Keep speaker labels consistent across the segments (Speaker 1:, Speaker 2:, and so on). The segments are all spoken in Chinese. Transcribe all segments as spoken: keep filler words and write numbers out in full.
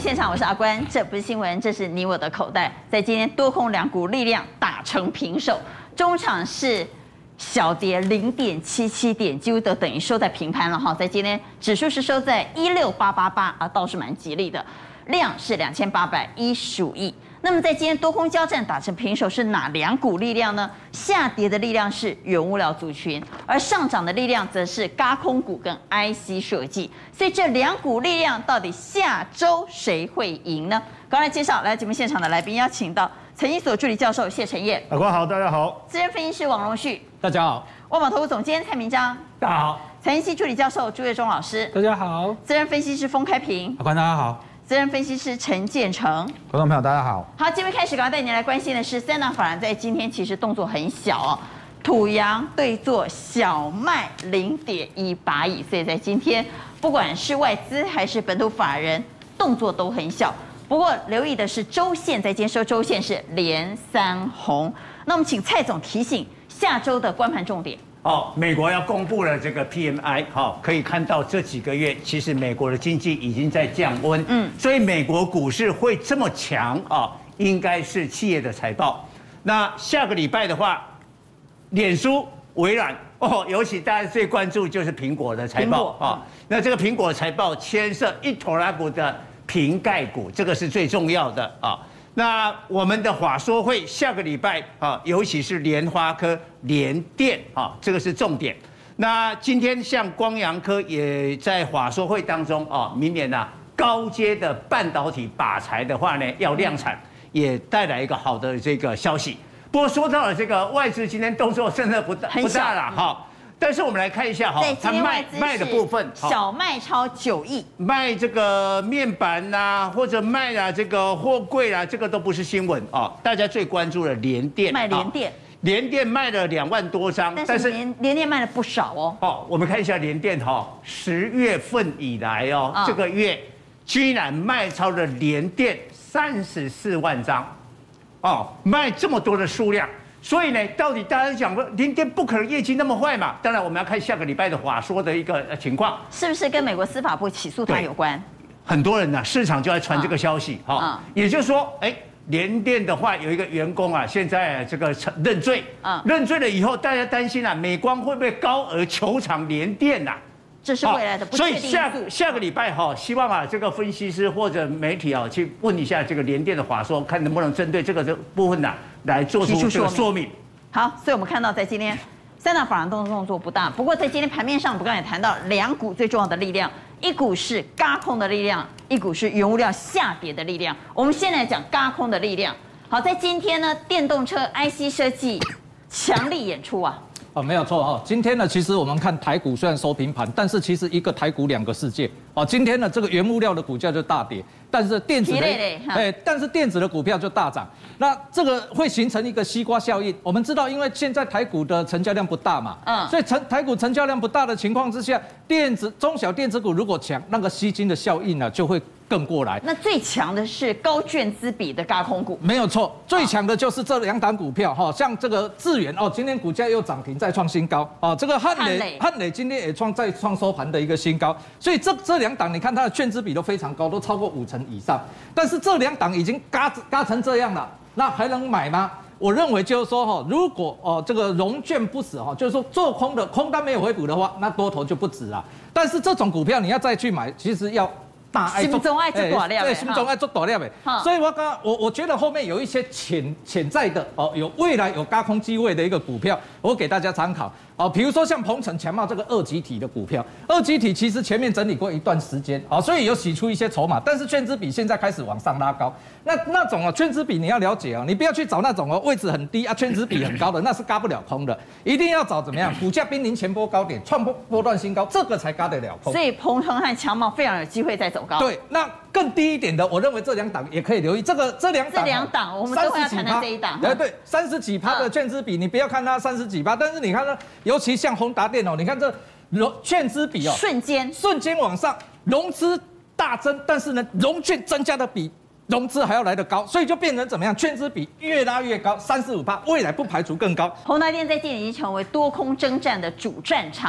Speaker 1: 现场，我是阿关，这不是新闻，这是你我的口袋。在今天多空两股力量打成平手，中场是小跌零点七七点，几乎都等于收在平盘了哈。在今天指数是收在一六八八八啊，倒是蛮吉利的，量是两千八百一十五亿。那么在今天多空交战打成平手，是哪两股力量呢？下跌的力量是原物料族群，而上涨的力量则是轧空股跟 I C 设计。所以这两股力量到底下周谁会赢呢？刚才介绍来节目现场的来宾，邀请到财经所助理教授谢晨彦，
Speaker 2: 阿关好，大家好；
Speaker 1: 资深分析师王荣旭，
Speaker 3: 大家好；
Speaker 1: 万宝投顾总监蔡明章，
Speaker 3: 大家好；
Speaker 1: 财经系助理教授朱月忠老师，
Speaker 3: 大家好；
Speaker 1: 资深分析师封开平，
Speaker 3: 阿关大家好；
Speaker 1: 资深分析师陈建成，
Speaker 2: 观众朋友大家好。
Speaker 1: 好，今天开始，刚刚带您来关心的是三大法人在今天其实动作很小哦，土洋对做小麦零点一八亿，所以在今天不管是外资还是本土法人动作都很小。不过留意的是周线，在今天收周线是连三红。那我们请蔡总提醒下周的观盘重点。
Speaker 4: 哦，美国要公布了这个 P M I， 好，可以看到这几个月其实美国的经济已经在降温，嗯，所以美国股市会这么强啊，应该是企业的财报。那下个礼拜的话，脸书、微软哦，尤其大家最关注就是苹果的财报啊。那这个苹果财报牵涉一头拉股的瓶盖股，这个是最重要的啊。那我们的法说会下个礼拜啊，尤其是联发科、联电啊，这个是重点。那今天像光阳科也在法说会当中啊，明年啊高阶的半导体靶材的话呢要量产，也带来一个好的这个消息。不过说到了这个外资今天动作真的不大不大了哈。但是我们来看一下哈，它卖卖的部分，
Speaker 1: 小麦超九亿，
Speaker 4: 卖这个面板呐、啊，或者卖啊这个货柜啊，这个都不是新闻啊。大家最关注的联电，
Speaker 1: 卖联电，
Speaker 4: 联电卖了两万多张，
Speaker 1: 但是联联电卖了不少哦。
Speaker 4: 哦，我们看一下联电哈，十月份以来哦，这个月居然卖超了联电三十四万张，哦，卖这么多的数量。所以呢，到底大家讲说联电不可能业绩那么坏嘛？当然，我们要看下个礼拜的法说的一个情况，
Speaker 1: 是不是跟美国司法部起诉它有关？
Speaker 4: 很多人呢、啊，市场就在传这个消息，哈、啊，也就是说，哎，联电的话有一个员工啊，现在这个认罪，啊，认罪了以后，大家担心啊，美光会不会高额求偿联电呐、啊？
Speaker 1: 这是未来的不确定因素。
Speaker 4: 所以下下个礼拜哈，希望啊这个分析师或者媒体啊去问一下这个联电的法说，看能不能针对这个这部分呐、啊、来做出这个说明。
Speaker 1: 好，所以我们看到在今天三大法人动作动作不大，不过在今天盘面上，我们刚才也谈到两股最重要的力量，一股是轧空的力量，一股是原物料下跌的力量。我们先来讲轧空的力量。好，在今天呢，电动车 I C 设计强力演出啊。
Speaker 3: 哦，没有错哦。今天呢，其实我们看台股虽然收平盘，但是其实一个台股两个世界哦。今天呢，这个原物料的股价就大跌，但是电子的哎，但是电子的股票就大涨。那这个会形成一个西瓜效应。我们知道，因为现在台股的成交量不大嘛，嗯，所以成台股成交量不大的情况之下，电子中小电子股如果强，那个吸金的效应呢就会更过来。
Speaker 1: 那最强的是高券资比的轧空股，
Speaker 3: 没有错，最强的就是这两档股票哈，像这个智原哦，今天股价又涨停再创新高哦，这个汉磊汉磊今天也创再创收盘的一个新高，所以这这两档你看它的券资比都非常高，都超过五成以上。但是这两档已经嘎嘎成这样了，那还能买吗？我认为就是说哈，如果哦这个融券不死哈，就是说做空的空单没有回补的话，那多头就不止了。但是这种股票你要再去买，其实要大爱
Speaker 1: 心中爱做大量，
Speaker 3: 对，心中爱做大量的。所以我刚我我觉得后面有一些潜潜在的哦，有未来有轧空机会的一个股票，我给大家参考。哦，比如说像鹏程强茂这个二极体的股票，二极体其实前面整理过一段时间，哦，所以有洗出一些筹码，但是券资比现在开始往上拉高。那那种啊，券资比你要了解哦，你不要去找那种哦位置很低啊，券资比很高的，那是轧不了空的，一定要找怎么样，股价濒临前波高点，创波波段新高，这个才轧得了空。
Speaker 1: 所以鹏程和强茂非常有机会再走高。
Speaker 3: 对，那更低一点的，我认为这两档也可以留意。这个这两档，
Speaker 1: 这两档我们都会要谈谈这一档。
Speaker 3: 对对，三十几趴的券资比，你不要看它三十几趴，但是你看它，尤其像宏达电哦，你看这融券资比哦，
Speaker 1: 瞬间
Speaker 3: 瞬间往上，融资大增，但是呢，融券增加的比融资还要来得高，所以就变成怎么样？券资比越拉越高，三十五趴，未来不排除更高。
Speaker 1: 宏达电在今年已经成为多空征战的主战场。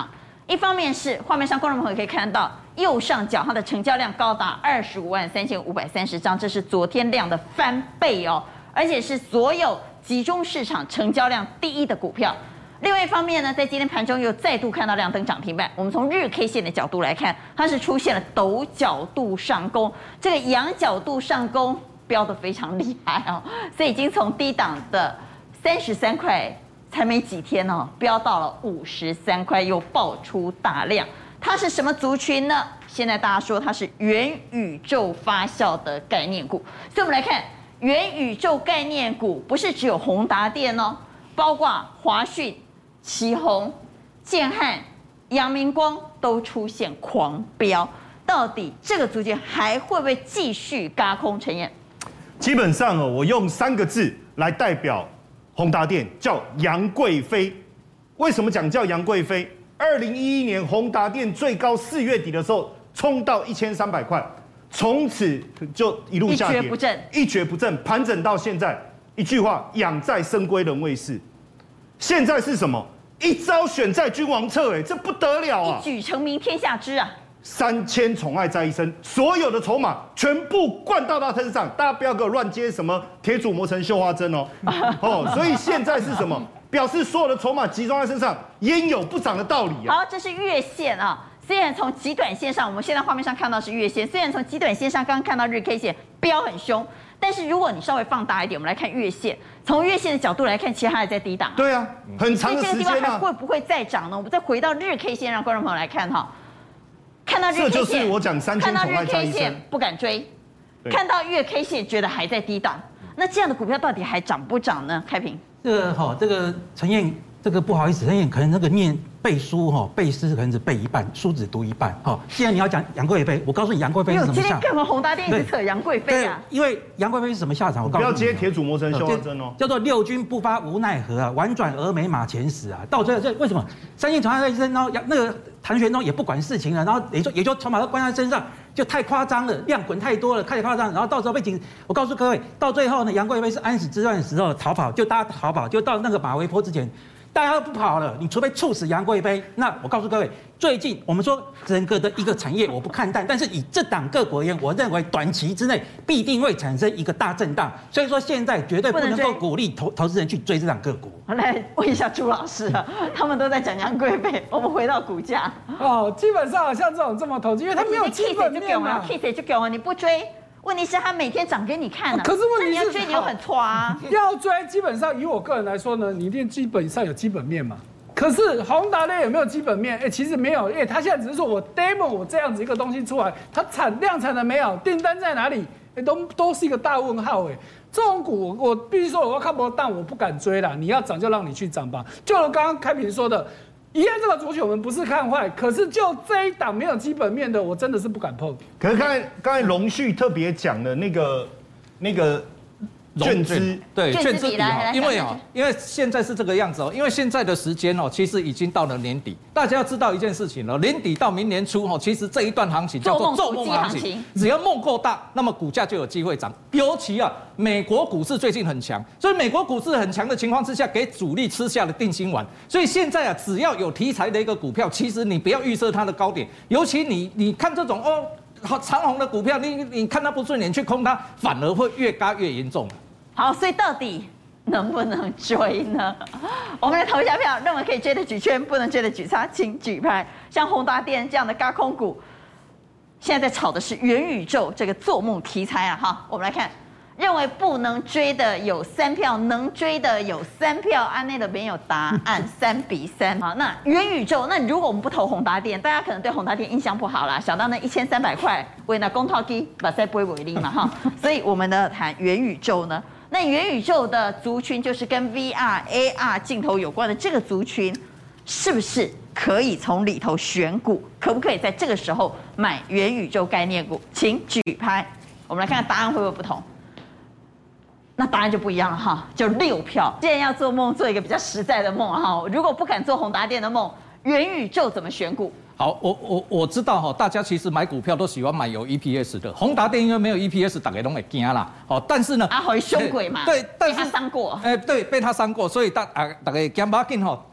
Speaker 1: 一方面是画面上观众朋友可以看到，右上角它的成交量高达二十五万三千五百三十张，这是昨天量的翻倍哦，而且是所有集中市场成交量第一的股票。另外一方面呢，在今天盘中又再度看到亮灯涨停板。我们从日 K 线的角度来看，它是出现了陡角度上攻，这个仰角度上攻飙得非常厉害哦，所以已经从低档的三十三块，才没几天哦，飙到了五十三块，又爆出大量。它是什么族群呢？现在大家说它是元宇宙发酵的概念股，所以我们来看元宇宙概念股，不是只有宏达电哦，包括华讯、奇鋐、建汉、阳明光都出现狂飙，到底这个族群还会不会继续轧空？陈彦，
Speaker 2: 基本上哦，我用三个字来代表宏达电，叫杨贵妃。为什么讲叫杨贵妃？二零一一年宏达电最高四月底的时候冲到一千三百块，从此就一路下跌，
Speaker 1: 一蹶不振，
Speaker 2: 一蹶不振，盘整到现在。一句话，养在深闺人未识。现在是什么？一招选在君王侧，哎，这不得了啊！
Speaker 1: 一举成名天下知啊！
Speaker 2: 三千宠爱在一身，所有的筹码全部灌到他身上，大家不要给我乱接什么铁杵磨成绣花针哦。哦，所以现在是什么？表示所有的筹码集中在身上，焉有不涨的道理啊？
Speaker 1: 好，这是月线啊。虽然从极短线上，我们现在画面上看到是月线，虽然从极短线上刚刚看到日 K 线飙很凶，但是如果你稍微放大一点，我们来看月线，从月线的角度来看，其实它还在低档。
Speaker 2: 对啊，很长的时间啊。
Speaker 1: 这个地方还会不会再涨呢？我们再回到日 K 线，让观众朋友来看哈。看到日 K 线，
Speaker 2: 这就是我讲三千宠爱在一身。
Speaker 1: 看到日 K 线不敢追，看到月 K 线觉得还在低档，那这样的股票到底还涨不涨呢？开平，
Speaker 5: 这个哈，这个陈彦，这个不好意思，陈彦可能那个念背书哈，背诗可能只背一半，书只读一半哈。既然你要讲杨贵妃，我告诉你杨贵妃是什么下？
Speaker 1: 今天干嘛宏达电一直扯杨贵妃啊？
Speaker 5: 因为杨贵妃是什么下场？我告诉你，
Speaker 2: 不要接铁杵磨成绣花针哦。
Speaker 5: 叫做六军不发无奈何啊，婉转蛾眉马前死啊。到最后这为什么三千宠爱在一身，然后那个谭玄宗也不管事情了，然后也就也就筹码都关在身上，就太夸张了，量滚太多了，太夸张。然后到时候被警，我告诉各位，到最后呢，杨贵妃是安史之乱的时候逃跑，就大家逃跑，就到那个马嵬坡之前。大家都不跑了，你除非处死杨贵妃。那我告诉各位，最近我们说整个的一个产业我不看淡，但是以这档个股而言，我认为短期之内必定会产生一个大震荡，所以说现在绝对不能够鼓励投投资人去追这档个股。
Speaker 1: 我来问一下朱老师啊，他们都在讲杨贵妃，我们回到股价
Speaker 6: 哦，基本上像这种这么投机，因为它没有基本面嘛
Speaker 1: ，K 就给我，你不追。问题是它每天涨给你看呢、啊，
Speaker 6: 可是问题是
Speaker 1: 你要追你又很错啊。
Speaker 6: 要追，基本上以我个人来说呢，你一定基本上有基本面嘛。可是宏达电有没有基本面？哎、欸，其实没有，因为它现在只是说我 demo 我这样子一个东西出来，它产量产的没有，订单在哪里？哎、欸，都都是一个大问号哎、欸。这种股我必须说我要看不到，但我不敢追啦。你要涨就让你去涨吧。就如刚刚开平说的。一样，这个族群我们不是看坏，可是就这一档没有基本面的，我真的是不敢碰。
Speaker 2: 可是刚才刚才龙旭特别讲的那个那个券资，
Speaker 3: 对
Speaker 1: 券资比哈，
Speaker 3: 因为啊，因为现在是这个样子哦，因为现在的时间哦，其实已经到了年底，大家要知道一件事情了，年底到明年初哦，其实这一段行情叫做做梦行情，只要梦够大，那么股价就有机会涨。尤其啊，美国股市最近很强，所以美国股市很强的情况之下，给主力吃下了定心丸。所以现在啊，只要有题材的一个股票，其实你不要预设它的高点，尤其你你看这种哦。好长红的股票，你你看它不顺眼去空它，反而会越嘎越严重。
Speaker 1: 好，所以到底能不能追呢？我们来投一下票，认为可以追的举圈，不能追的举叉，请举牌。像宏达电这样的轧空股，现在在炒的是元宇宙这个做梦题材啊！哈，我们来看。认为不能追的有三票，能追的有三票，安内的没有答案，三比三。好，那元宇宙，那如果我们不投宏达电，大家可能对宏达电印象不好啦，想到那一千三百块，为那公套机把塞不会为例嘛哈，所以我们呢谈元宇宙呢，那元宇宙的族群就是跟 V R、A R 镜头有关的这个族群，是不是可以从里头选股？可不可以在这个时候买元宇宙概念股？请举牌，我们来看看答案会不会不同。那答案就不一样了哈，就六票。既然要做梦，做一个比较实在的梦哈。如果不敢做宏达电的梦，元宇宙怎么选股？
Speaker 3: 好，我我我知道哈，大家其实买股票都喜欢买有 E P S 的，宏达电因为没有 E P S， 大家都会惊啦。好，但是呢，
Speaker 1: 啊，好凶鬼嘛，
Speaker 3: 对，但是
Speaker 1: 被他伤过，
Speaker 3: 哎，对，被他伤过，所以大啊大家惊不要紧哈。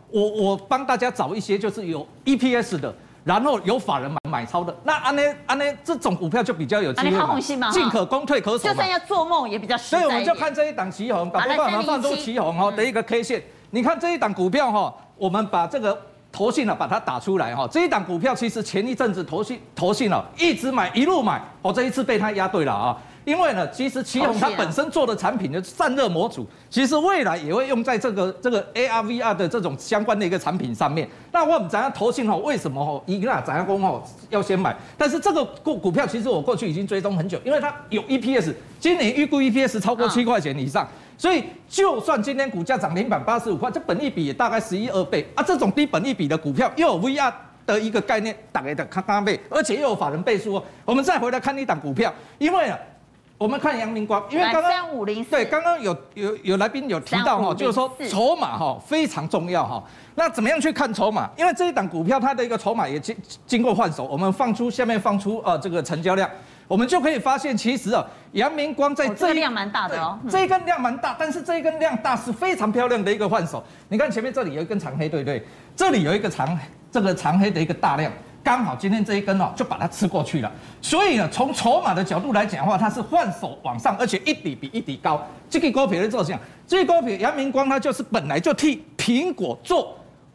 Speaker 3: 我我帮大家找一些就是有 E P S 的，然后有法人买买超的，那安呢安呢这种股票就比较有机会嘛，进可攻退可守嘛，
Speaker 1: 就算要做梦也比较实在一点。
Speaker 3: 所以我们就看这一档旗红，把不管放都旗红哈的一个 K 线，你看这一档股票哈，我们把这个投信呢把它打出来哈，这一档股票其实前一阵子投信投信了一直买一路买，哦这一次被它压对了啊。因为呢，其实旗宏它本身做的产品的散热模组，其实未来也会用在这个这个 A R V R 的这种相关的一个产品上面。那我们怎样投信哈？为什么哈？一个怎样讲哈？要先买，但是这个股股票其实我过去已经追踪很久，因为它有 E P S， 今年预估 E P S 超过七块钱以上，所以就算今天股价涨停板八十五块，这本益比也大概十一二倍啊。这种低本益比的股票又有 V R 的一个概念，大概的看看倍，而且又有法人倍数哦。我们再回来看一档股票，因为啊。我们看阳明光，因为刚刚
Speaker 1: 三五零四
Speaker 3: 对，刚刚有有有来宾有提到哈，就是说筹码哈非常重要哈。那怎么样去看筹码？因为这一档股票它的一个筹码也经经过换手，我们放出下面放出呃这个成交量，我们就可以发现，其实啊阳明光在这一、
Speaker 1: 哦、量蛮大的哦，
Speaker 3: 这一根量蛮大，但是这一根量大是非常漂亮的一个换手。你看前面这里有一根长黑，对不对？这里有一个长这个长黑的一个大量。刚好今天这一根哦，就把它吃过去了。所以呢，从筹码的角度来讲的话，它是换手往上，而且一底比一底高。这个股票是做这样，这个股票阳明光它就是本来就替苹果做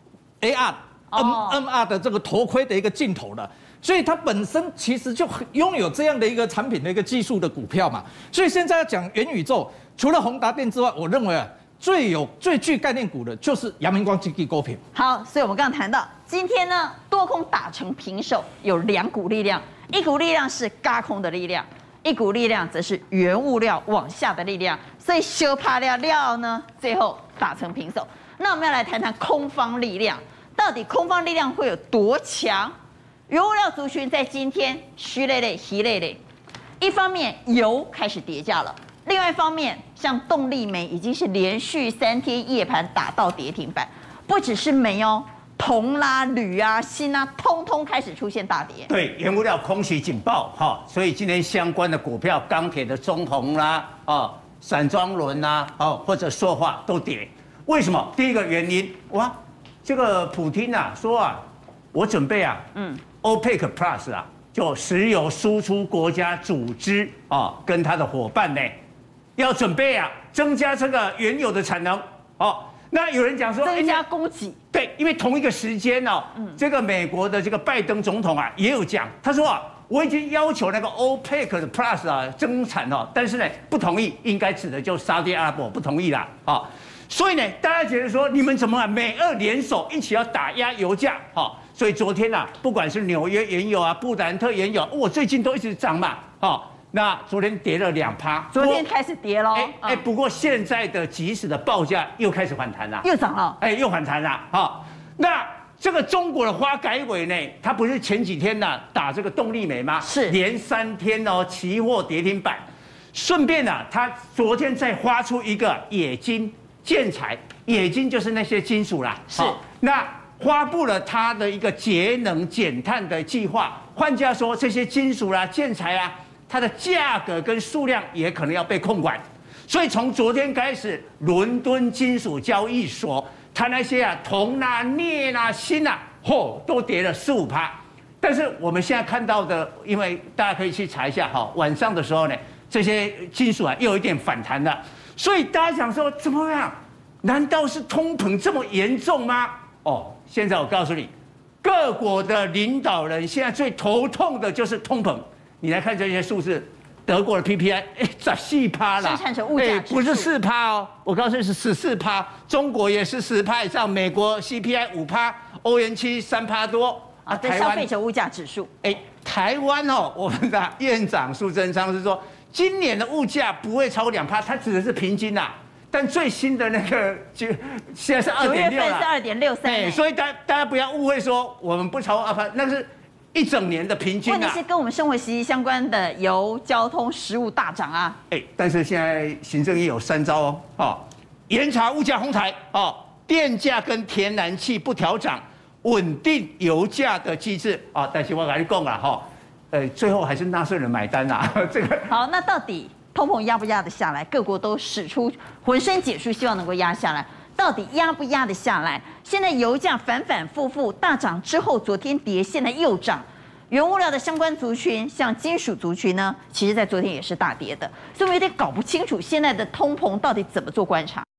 Speaker 3: A R、M R 的这个头盔的一个镜头的，所以它本身其实就拥有这样的一个产品的一个技术的股票嘛。所以现在要讲元宇宙，除了宏达电之外，我认为啊。最有最具概念股的就是阳明光这支股票。
Speaker 1: 好，所以我们刚刚谈到，今天呢多空打成平手，有两股力量，一股力量是轧空的力量，一股力量则是原物料往下的力量，所以修怕料料呢，最后打成平手。那我们要来谈谈空方力量，到底空方力量会有多强？原物料族群在今天虚累累、稀累累，一方面油开始跌价了。另外一方面，像动力煤已经是连续三天夜盘打到跌停板，不只是煤哦，铜啦、铝啊、锌啊，通通开始出现大跌。
Speaker 4: 对，原物料空袭警报哈，所以今天相关的股票，钢铁的中鸿啦，哦，散装轮啦，哦，或者塑化都跌。为什么？第一个原因，哇，这个普丁啊说啊，我准备啊，嗯 ，OPEC Plus 啊，就石油输出国家组织啊，跟他的伙伴呢。要准备啊，增加这个原有的产能哦。那有人讲说
Speaker 1: 增加供给，
Speaker 4: 对，因为同一个时间哦，嗯、这个美国的这个拜登总统啊也有讲，他说啊，我已经要求那个 OPEC 的 Plus 啊增产哦，但是呢不同意，应该指的就沙特阿拉伯不同意啦啊、哦。所以呢，大家觉得说你们怎么啊美俄联手一起要打压油价哈、哦？所以昨天啊，不管是纽约原油啊、布兰特原油，我、哦、最近都一直涨嘛，哦。那昨天跌了两趴，
Speaker 1: 昨天开始跌喽。
Speaker 4: 哎哎，不过现在的即时的报价又开始反弹了，
Speaker 1: 又涨了。
Speaker 4: 哎，又反弹了。好，那这个中国的发改委呢，它不是前几天呢打这个动力煤吗？
Speaker 1: 是，
Speaker 4: 连三天哦，期货跌停板。顺便呢，它昨天再发出一个冶金建材，冶金就是那些金属啦。
Speaker 1: 是，
Speaker 4: 那发布了它的一个节能减碳的计划。换句话说，这些金属啦、建材啊。它的价格跟数量也可能要被控管，所以从昨天开始，伦敦金属交易所它那些啊铜啊、镍啊、锌啊，嚯，都跌了四五趴。但是我们现在看到的，因为大家可以去查一下哈，晚上的时候呢，这些金属啊又有一点反弹了。所以大家想说怎么样？难道是通膨这么严重吗？哦，现在我告诉你，各国的领导人现在最头痛的就是通膨。你来看这些数字，德国的 P P I， 哎，十四趴啦，
Speaker 1: 生产者物价指数
Speaker 4: 不是四趴哦，我告诉你是十四趴，中国也是十趴以上，美国 C P I 五趴，欧元区三趴多
Speaker 1: 啊，对消费者物价指数，
Speaker 4: 哎，台湾哦，我们的院长苏贞昌是说，今年的物价不会超过两趴，他指的是平均啦。但最新的那个就现在是二点六了，
Speaker 1: 九月份是二点六三，
Speaker 4: 所以大大家不要误会说我们不超过二趴，那是。一整年的平均啊，
Speaker 1: 问题是跟我们生活息息相关的油、交通、食物大涨啊。
Speaker 4: 哎，但是现在行政院有三招哦，哦，严查物价哄抬哦，电价跟天然气不调涨，稳定油价的机制啊。但是我跟你讲了哈，呃，最后还是纳税人买单啊。这个
Speaker 1: 好，那到底通膨压不压得下来？各国都使出浑身解数，希望能够压下来。 到底压不压得下来？现在油价反反复复大涨之后，昨天跌，现在又涨。原物料的相关族群，像金属族群呢，其实在昨天也是大跌的，所以我有点搞不清楚现在的通膨到底怎么做观察。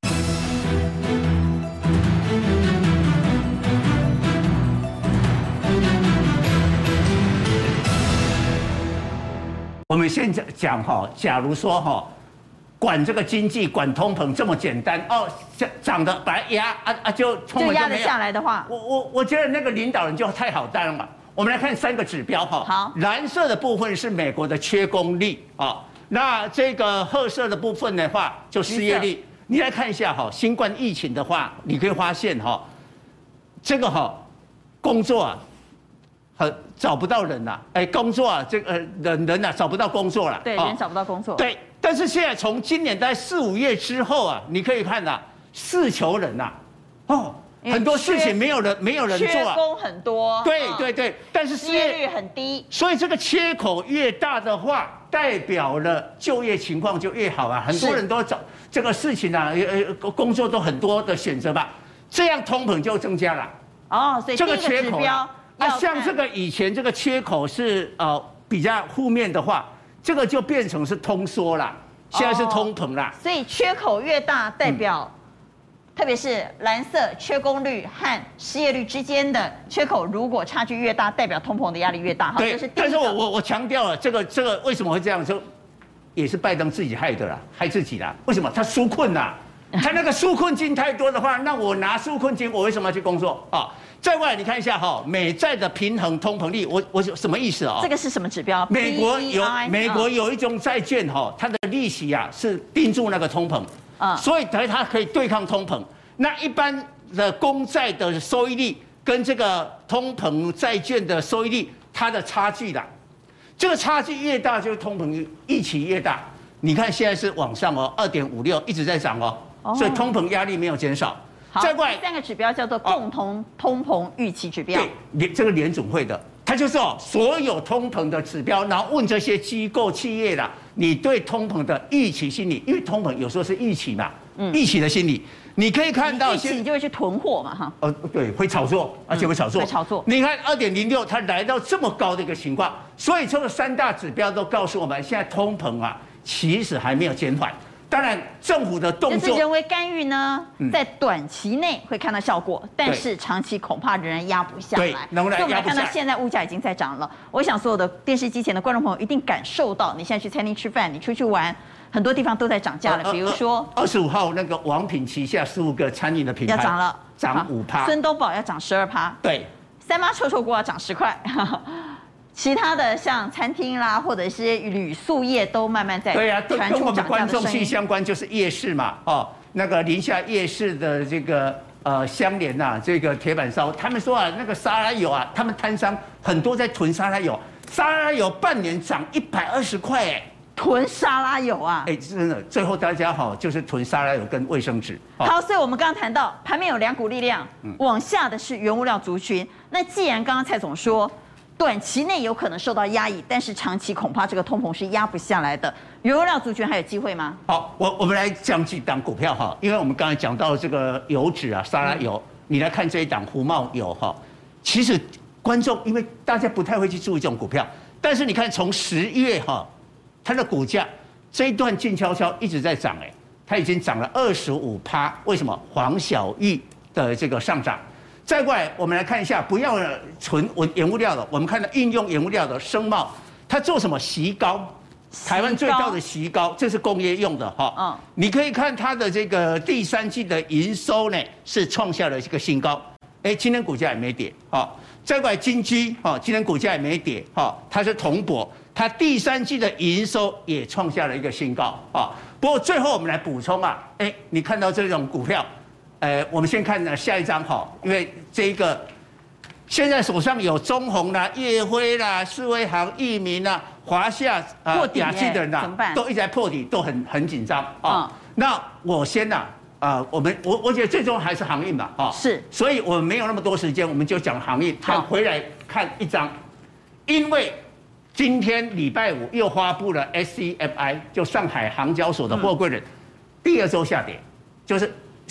Speaker 4: 我们现在讲哈，假如说哈，管这个经济、管通膨这么简单哦，涨涨的把它压啊啊就通膨
Speaker 1: 就压得下来的话，
Speaker 4: 我我我觉得那个领导人就太好当了嘛。我们来看三个指标哈，
Speaker 1: 好，
Speaker 4: 蓝色的部分是美国的缺工率啊，那这个褐色的部分的话就失业率。你来看一下哈，新冠疫情的话，你可以发现哈，这个哈工作啊。很找不到人呐、啊，哎，工作啊，这个人人呐、啊、找不到工作了，
Speaker 1: 对，人找不到工作，
Speaker 4: 对。但是现在从今年在四五月之后啊，你可以看呐、啊，事求人呐、啊，哦，很多事情没有人没有人做啊，
Speaker 1: 缺工很多，
Speaker 4: 对对对，但是
Speaker 1: 失业率很低，
Speaker 4: 所以这个缺口越大的话，代表了就业情况就越好啊，很多人都找这个事情啊，呃，工作都很多的选择吧，这样通膨就增加了，
Speaker 1: 哦，所以
Speaker 4: 这个缺口
Speaker 1: 标。
Speaker 4: 啊，像这个以前这个缺口是呃比较负面的话，这个就变成是通缩啦，现在是通膨啦。
Speaker 1: 哦、所以缺口越大，代表、嗯、特别是蓝色缺工率和失业率之间的缺口，如果差距越大，代表通膨的压力越大。
Speaker 4: 对，是但是我我我强调了，这个这个为什么会这样说，也是拜登自己害的啦，害自己啦。为什么？他纾困啦，他那个纾困金太多的话，那我拿纾困金，我为什么要去工作啊？再过来，你看一下哈，美债的平衡通膨率，我我什么意思啊？
Speaker 1: 这个是什么指标？
Speaker 4: 美国有美国有一种债券哈，它的利息啊是盯住那个通膨，啊，所以它它可以对抗通膨。那一般的公债的收益率跟这个通膨债券的收益率，它的差距啦，这个差距越大，就是通膨预期越大。你看现在是往上哦，二点五六一直在涨哦，所以通膨压力没有减少。
Speaker 1: 再过来，第三个指标叫做共同通膨预期指标。
Speaker 4: 对，联这个联总会的，它就是哦，所有通膨的指标，然后问这些机构企业啦，你对通膨的预期心理，因为通膨有时候是预期嘛，嗯，预期的心理，你可以看到，
Speaker 1: 预期你就会去囤货嘛，哈。
Speaker 4: 呃，对，会炒作，而且会炒作，
Speaker 1: 会炒作。
Speaker 4: 你看二点零六，它来到这么高的一个情况，所以这个三大指标都告诉我们，现在通膨啊，其实还没有减缓。当然，政府的动作
Speaker 1: 就是人为干预呢，在短期内会看到效果，但是长期恐怕仍然压不下来。
Speaker 4: 对，能不能压不下来？所以我们来
Speaker 1: 看到现在物价已经在涨了。我想所有的电视机前的观众朋友一定感受到，你现在去餐厅吃饭，你出去玩，很多地方都在涨价了。比如说
Speaker 4: 二十五号那个王品旗下十五个餐饮的品牌
Speaker 1: 要涨了，
Speaker 4: 涨五趴。
Speaker 1: 孙东宝要涨十二趴。
Speaker 4: 对，
Speaker 1: 三妈臭臭锅要涨十块。其他的像餐厅啦，或者是旅宿业都慢慢在
Speaker 4: 对呀、啊，
Speaker 1: 传出
Speaker 4: 跟我们观众
Speaker 1: 息
Speaker 4: 息相关，就是夜市嘛，哦，那个宁夏夜市的这个呃相连呐、啊，这个铁板烧，他们说啊，那个沙拉油啊，他们摊商很多在囤沙拉油，沙拉油半年涨一百二十块，哎，
Speaker 1: 囤沙拉油啊，
Speaker 4: 哎，真的，最后大家哈就是囤沙拉油跟卫生纸。
Speaker 1: 好，所以我们刚刚谈到盘面有两股力量，往下的是原物料族群。那既然刚刚蔡总说，短期内有可能受到压抑，但是长期恐怕这个通膨是压不下来的。原物料族群还有机会吗？
Speaker 4: 好，我我们来讲几档股票哈，因为我们刚才讲到这个油脂啊，沙拉油，嗯、你来看这一档福茂油哈，其实观众因为大家不太会去注意这种股票，但是你看从十月哈，它的股价这一段静悄悄一直在涨，哎，它已经涨了二十五趴，为什么？黄小玉的这个上涨。再过来，我们来看一下，不要纯原物料的，我们看到应用原物料的生茂，它做什么？席膏，台湾最高的席膏，这是工业用的哈。嗯，你可以看它的这个第三季的营收呢，是创下了一个新高。哎，今天股价也没跌，哈。再过来金居，哈，今天股价也没跌，哈，它是铜箔，它第三季的营收也创下了一个新高，啊。不过最后我们来补充啊，哎，你看到这种股票。呃，我们先看呢下一张哈，因为这一个现在手上有中鸿啦、业辉啦、世威行、益民啦、华夏啊、雅信的人呐，都一直在破底，都很很紧张啊。嗯、那我先呐啊、呃，我们我我觉得最终还是航运嘛啊，
Speaker 1: 是，
Speaker 4: 所以我们没有那么多时间，我们就讲航运。看回来看一张，因为今天礼拜五又发布了 S C F I， 就上海航交所的货柜人，嗯、第二周下跌，就是。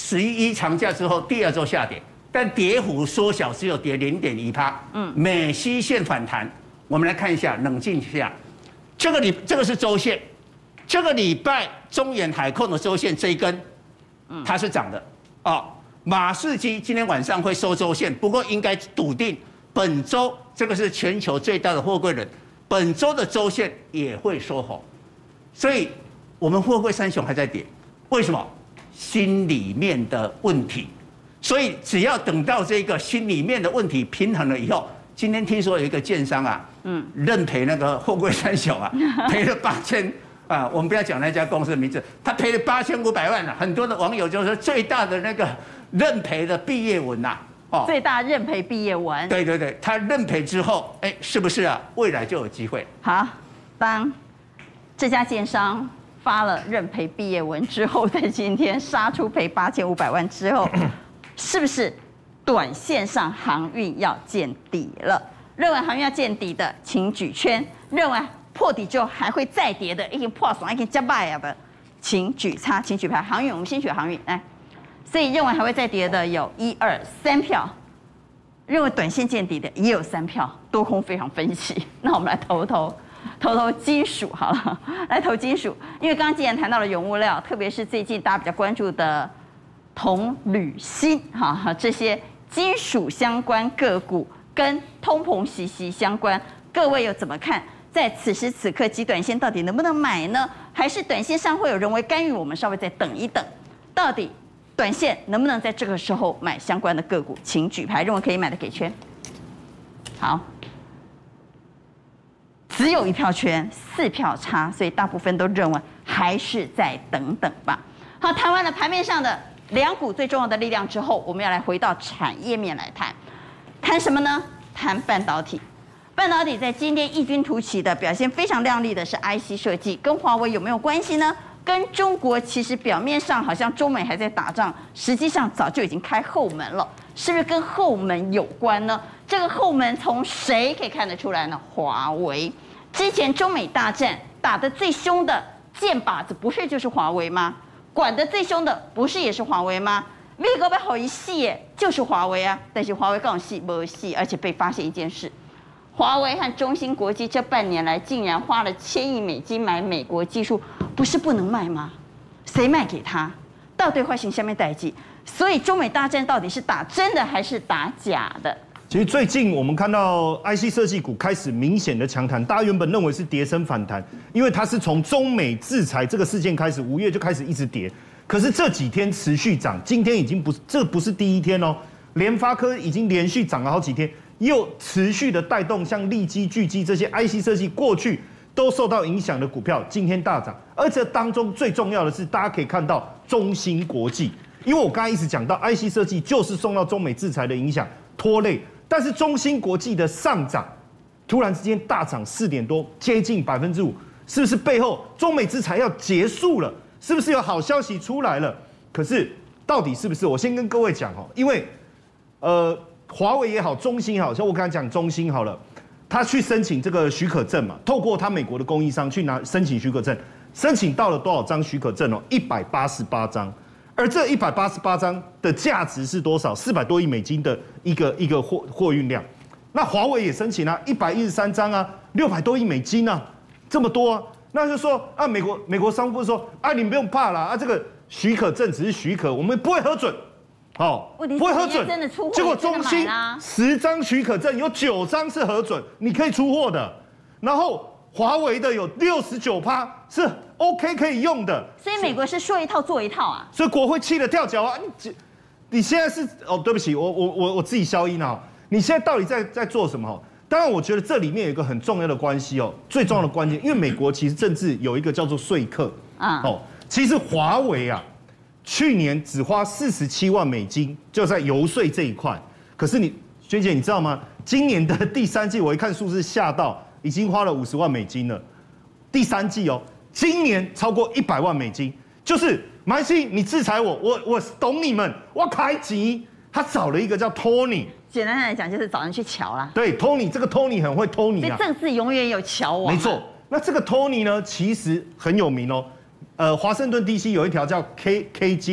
Speaker 4: 十一长假之后第二周下跌，但跌幅缩小，只有跌零点一趴。嗯，美西线反弹，我们来看一下，冷静一下，这个礼这个是周线，这个礼拜中远海控的周线这一根，它是涨的哦。马士基今天晚上会收周线，不过应该笃定本周这个是全球最大的货柜轮，本周的周线也会收红，所以我们货柜三雄还在跌，为什么？心里面的问题，所以只要等到这个心里面的问题平衡了以后，今天听说有一个建商啊，嗯，认赔那个货柜三雄啊，赔了八千啊，我们不要讲那家公司的名字，他赔了八千五百万了、啊。很多的网友就说最大的那个认赔的毕业文呐、啊，
Speaker 1: 哦，最大认赔毕业文，
Speaker 4: 对对对，他认赔之后，哎，是不是啊？未来就有机会。
Speaker 1: 好，当这家建商发了认赔毕业文之后，在今天杀出赔八千五百万之后，是不是短线上航运要见底了？认为航运要见底的，请举圈；认为破底之后还会再跌的，已经破爽，已经加败了的，请举叉，请举牌。航运，我们先选航运来。所以认为还会再跌的有一二三票，认为短线见底的也有三票，多空非常分歧。那我们来投投。投投金属好了，来投金属，因为刚刚既然谈到了原物料，特别是最近大家比较关注的铜、铝、锌，哈，这些金属相关个股跟通膨息息相关，各位又怎么看？在此时此刻，极短线到底能不能买呢？还是短线上会有人为干预？我们稍微再等一等，到底短线能不能在这个时候买相关的个股？请举牌，认为可以买的给圈。好。只有一票圈，四票差，所以大部分都认为还是再等等吧。好，谈完了盘面上的两股最重要的力量之后，我们要来回到产业面来谈，谈什么呢？谈半导体。半导体在今天异军突起的表现非常亮丽的是 I C 设计，跟华为有没有关系呢？跟中国其实表面上好像中美还在打仗，实际上早就已经开后门了，是不是跟后门有关呢？这个后门从谁可以看得出来呢？华为。之前中美大战打得最凶的箭靶子不是就是华为吗？管得最凶的不是也是华为吗？美国被好一戏就是华为啊，但是华为更戏没戏，而且被发现一件事，华为和中芯国际这半年来竟然花了千亿美金买美国技术，不是不能卖吗？谁卖给他？到底会行下面代际？所以中美大战到底是打真的还是打假的？
Speaker 2: 其实最近我们看到 I C 设计股开始明显的强弹，大家原本认为是跌升反弹，因为它是从中美制裁这个事件开始，五月就开始一直跌，可是这几天持续涨，今天已经不是这不是第一天哦，联发科已经连续涨了好几天，又持续的带动像力基、巨基这些 I C 设计过去都受到影响的股票，今天大涨，而这当中最重要的是，大家可以看到中芯国际，因为我刚才一直讲到 I C 设计就是受到中美制裁的影响拖累。但是中芯国际的上涨，突然之间大涨四点多，接近百分之五，是不是背后中美制裁要结束了？是不是有好消息出来了？可是到底是不是？我先跟各位讲哦，因为呃，华为也好，中芯也好，像我刚才讲中芯好了，他去申请这个许可证嘛，透过他美国的供应商去拿申请许可证，申请到了多少张许可证哦？一百八十八张。而这一百八十八张的价值是多少？四百多亿美金的一个一个货货运量。那华为也申请啊，一百一十三张啊，六百多亿美金啊，这么多啊。那就说啊，美国美国商务部说啊，你不用怕啦，啊，这个许可证只是许可，我们不会核准，好、哦，不会核准。结果中芯十张许可证有九张是核准，你可以出货的。然后华为的有六十九趴是 OK 可以用的，
Speaker 1: 所以美国是说一套做一套啊。
Speaker 2: 所以国会气得跳脚啊！你你现在是哦，对不起，我我我我自己消音啊。你现在到底在在做什么？当然，我觉得这里面有一个很重要的关系哦，最重要的关键，因为美国其实政治有一个叫做说客啊。哦，其实华为啊，去年只花四十七万美金就在游说这一块。可是你娟姐，你知道吗？今年的第三季，我一看数字吓到，已经花了五十万美金了。第三季哦，今年超过一百万美金，就是马来西亚你制裁我，我我懂你们，我开急。他找了一个叫 Tony。
Speaker 1: 简单来讲，就是找人去瞧啦。
Speaker 2: 对 ，Tony 这个 Tony 很会 Tony 啊，
Speaker 1: 所以政治永远有瞧网。
Speaker 2: 没错，那这个 Tony 呢，其实很有名哦。呃，华盛顿 D C 有一条叫 K K 街啊，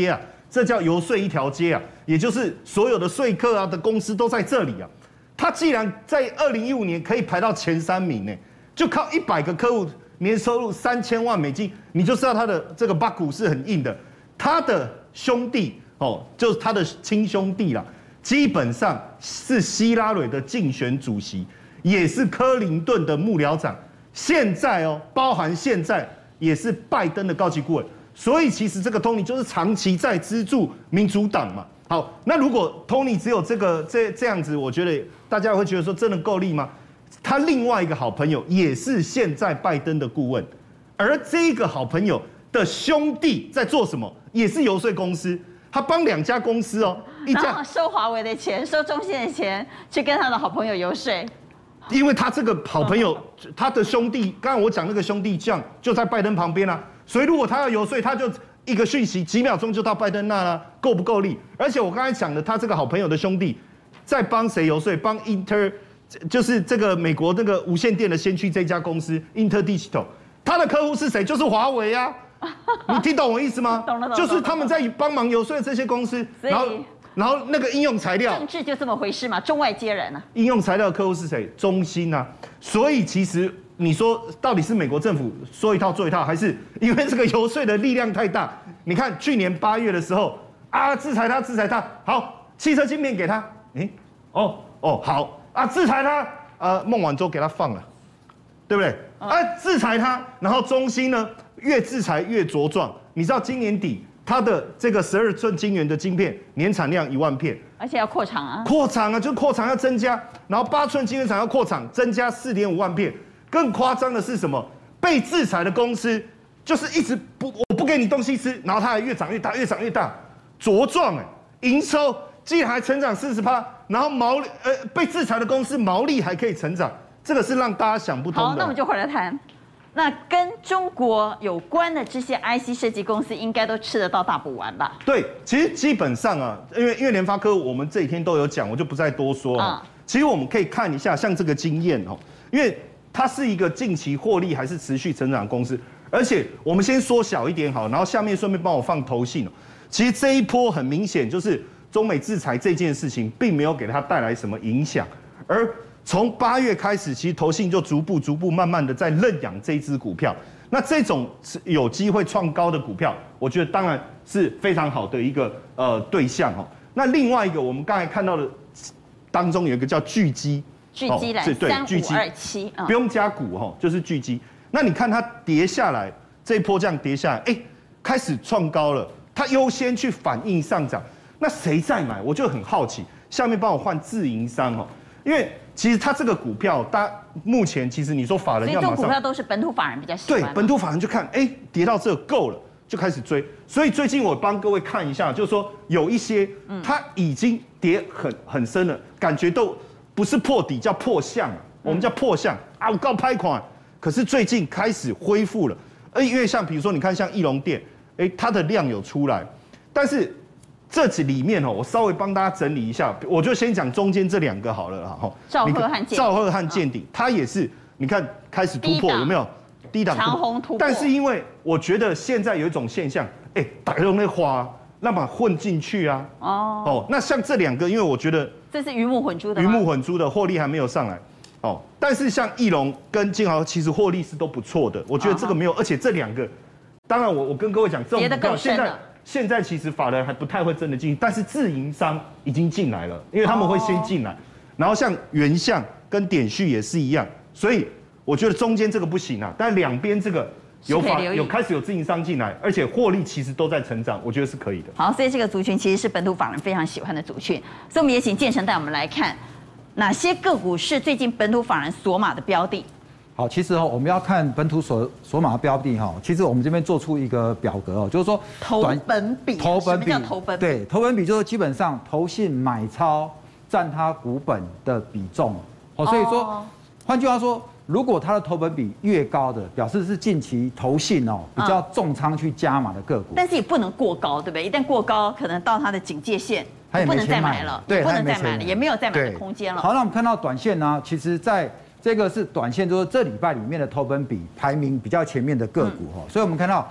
Speaker 2: 这叫游说一条街啊，也就是所有的说客啊的公司都在这里啊。他既然在二零一五年可以排到前三名呢，就靠一百个客户年收入三千万美金，你就知道他的这个八股是很硬的。他的兄弟哦，就是他的亲兄弟啦，基本上是希拉蕊的竞选主席，也是柯林顿的幕僚长。现在哦，包含现在也是拜登的高级顾问。所以其实这个 Tony 就是长期在资助民主党嘛。好，那如果 Tony 只有这个这这样子，我觉得大家会觉得说真的够力吗？他另外一个好朋友也是现在拜登的顾问，而这个好朋友的兄弟在做什么？也是游说公司，他帮两家公司哦，一家
Speaker 1: 然后收华为的钱，收中信的钱，去跟他的好朋友游说。
Speaker 2: 因为他这个好朋友，他的兄弟，刚刚我讲那个兄弟酱就在拜登旁边啊。所以，如果他要游说，他就一个讯息，几秒钟就到拜登那了，够不够力？而且我刚才讲的，他这个好朋友的兄弟在帮谁游说？帮 Inter， 就是这个美国那个无线电的先驱这家公司 InterDigital， 他的客户是谁？就是华为啊！你听懂我意思吗？
Speaker 1: 懂了，懂了。
Speaker 2: 就是他们在帮忙游说这些公司，然后然后那个应用材料，
Speaker 1: 政治就这么回事嘛，中外皆然啊。
Speaker 2: 应用材料的客户是谁？中兴啊。所以其实。你说到底是美国政府说一套做一套，还是因为这个游说的力量太大？你看去年八月的时候啊，制裁他，制裁他，好，汽车晶片给他，哎，哦哦好啊，制裁他，呃，孟晚舟给他放了，对不对？啊，制裁他，然后中兴呢越制裁越茁壮。你知道今年底它的这个十二寸晶圆的晶片年产量一万片，
Speaker 1: 而且要扩厂啊，
Speaker 2: 扩厂啊，就扩厂要增加，然后八寸晶圆厂要扩厂，增加四点五万片。更夸张的是什么？被制裁的公司就是一直不，我不给你东西吃，然后它还越长越大，越长越大，茁壮哎，营收竟然还成长四十趴，然后毛利呃被制裁的公司毛利还可以成长，这个是让大家想不通的。
Speaker 1: 好，那我们就回来谈，那跟中国有关的这些 I C 设计公司，应该都吃得到大补丸吧？
Speaker 2: 对，其实基本上啊，因为因为联发科我们这几天都有讲，我就不再多说了。嗯、其实我们可以看一下，像这个经验哦，因为。它是一个近期获利还是持续成长的公司，而且我们先缩小一点好，然后下面顺便帮我放投信哦。其实这一波很明显就是中美制裁这件事情，并没有给它带来什么影响，而从八月开始，其实投信就逐步逐步慢慢的在认养这一支股票。那这种有机会创高的股票，我觉得当然是非常好的一个呃对象哦。那另外一个我们刚才看到的当中有一个叫巨基。
Speaker 1: 巨基来三五二七，
Speaker 2: 不用加股哈，就是巨基。那你看它跌下来，这一波这样跌下来，哎，开始创高了，它优先去反应上涨。那谁在买？我就很好奇。下面帮我换自营商哦，因为其实它这个股票，大目前其实你说法人要马上，
Speaker 1: 所以这种股票都是本土法人比较喜欢。
Speaker 2: 对，本土法人就看，哎，跌到这够了，就开始追。所以最近我帮各位看一下，就是说有一些它已经跌很很深了，感觉都。不是破底，叫破相，我们叫破相啊！我告拍款，可是最近开始恢复了，而因为像比如说，你看像义隆店，哎，它的量有出来，但是这里面哦，我稍微帮大家整理一下，我就先讲中间这两个好了啦，哈。
Speaker 1: 兆赫和见
Speaker 2: 兆赫和见顶，它也是，你看开始突破有没有？低档
Speaker 1: 长红突破，
Speaker 2: 但是因为我觉得现在有一种现象，哎，打用那花。那么混进去啊，哦哦，那像这两个，因为我觉得
Speaker 1: 这是鱼目混珠的，
Speaker 2: 鱼目混珠的获利还没有上来，哦，但是像义隆跟金豪其实获利是都不错的，我觉得这个没有，而且这两个，当然我我跟各位讲，这种股票现在现在其实法人还不太会真的进去，但是自营商已经进来了，因为他们会先进来，然后像原相跟点序也是一样，所以我觉得中间这个不行啊，但两边这个。有法有开始有自营商进来，而且获利其实都在成长，我觉得是可以的。
Speaker 1: 好，所以这个族群其实是本土法人非常喜欢的族群，所以我们也请建成带我们来看哪些个股是最近本土法人锁码的标的。
Speaker 3: 好，其实哦，我们要看本土锁锁码的标的哈，其实我们这边做出一个表格哦，就是说
Speaker 1: 投本比，
Speaker 3: 投本比，
Speaker 1: 什么叫投本比？
Speaker 3: 对，投本比就是基本上投信买超占它股本的比重哦，所以说，换句话说。如果它的投本比越高的，表示是近期投信哦比较重仓去加码的个股，
Speaker 1: 但是也不能过高，对不对？一旦过高，可能到它的警戒线，
Speaker 3: 它也
Speaker 1: 不能再买了，
Speaker 3: 对，
Speaker 1: 不能再买了，也没有再买的空间了。
Speaker 3: 好，那我们看到短线呢，其实在这个是短线，就是这礼拜里面的投本比排名比较前面的个股哈，所以我们看到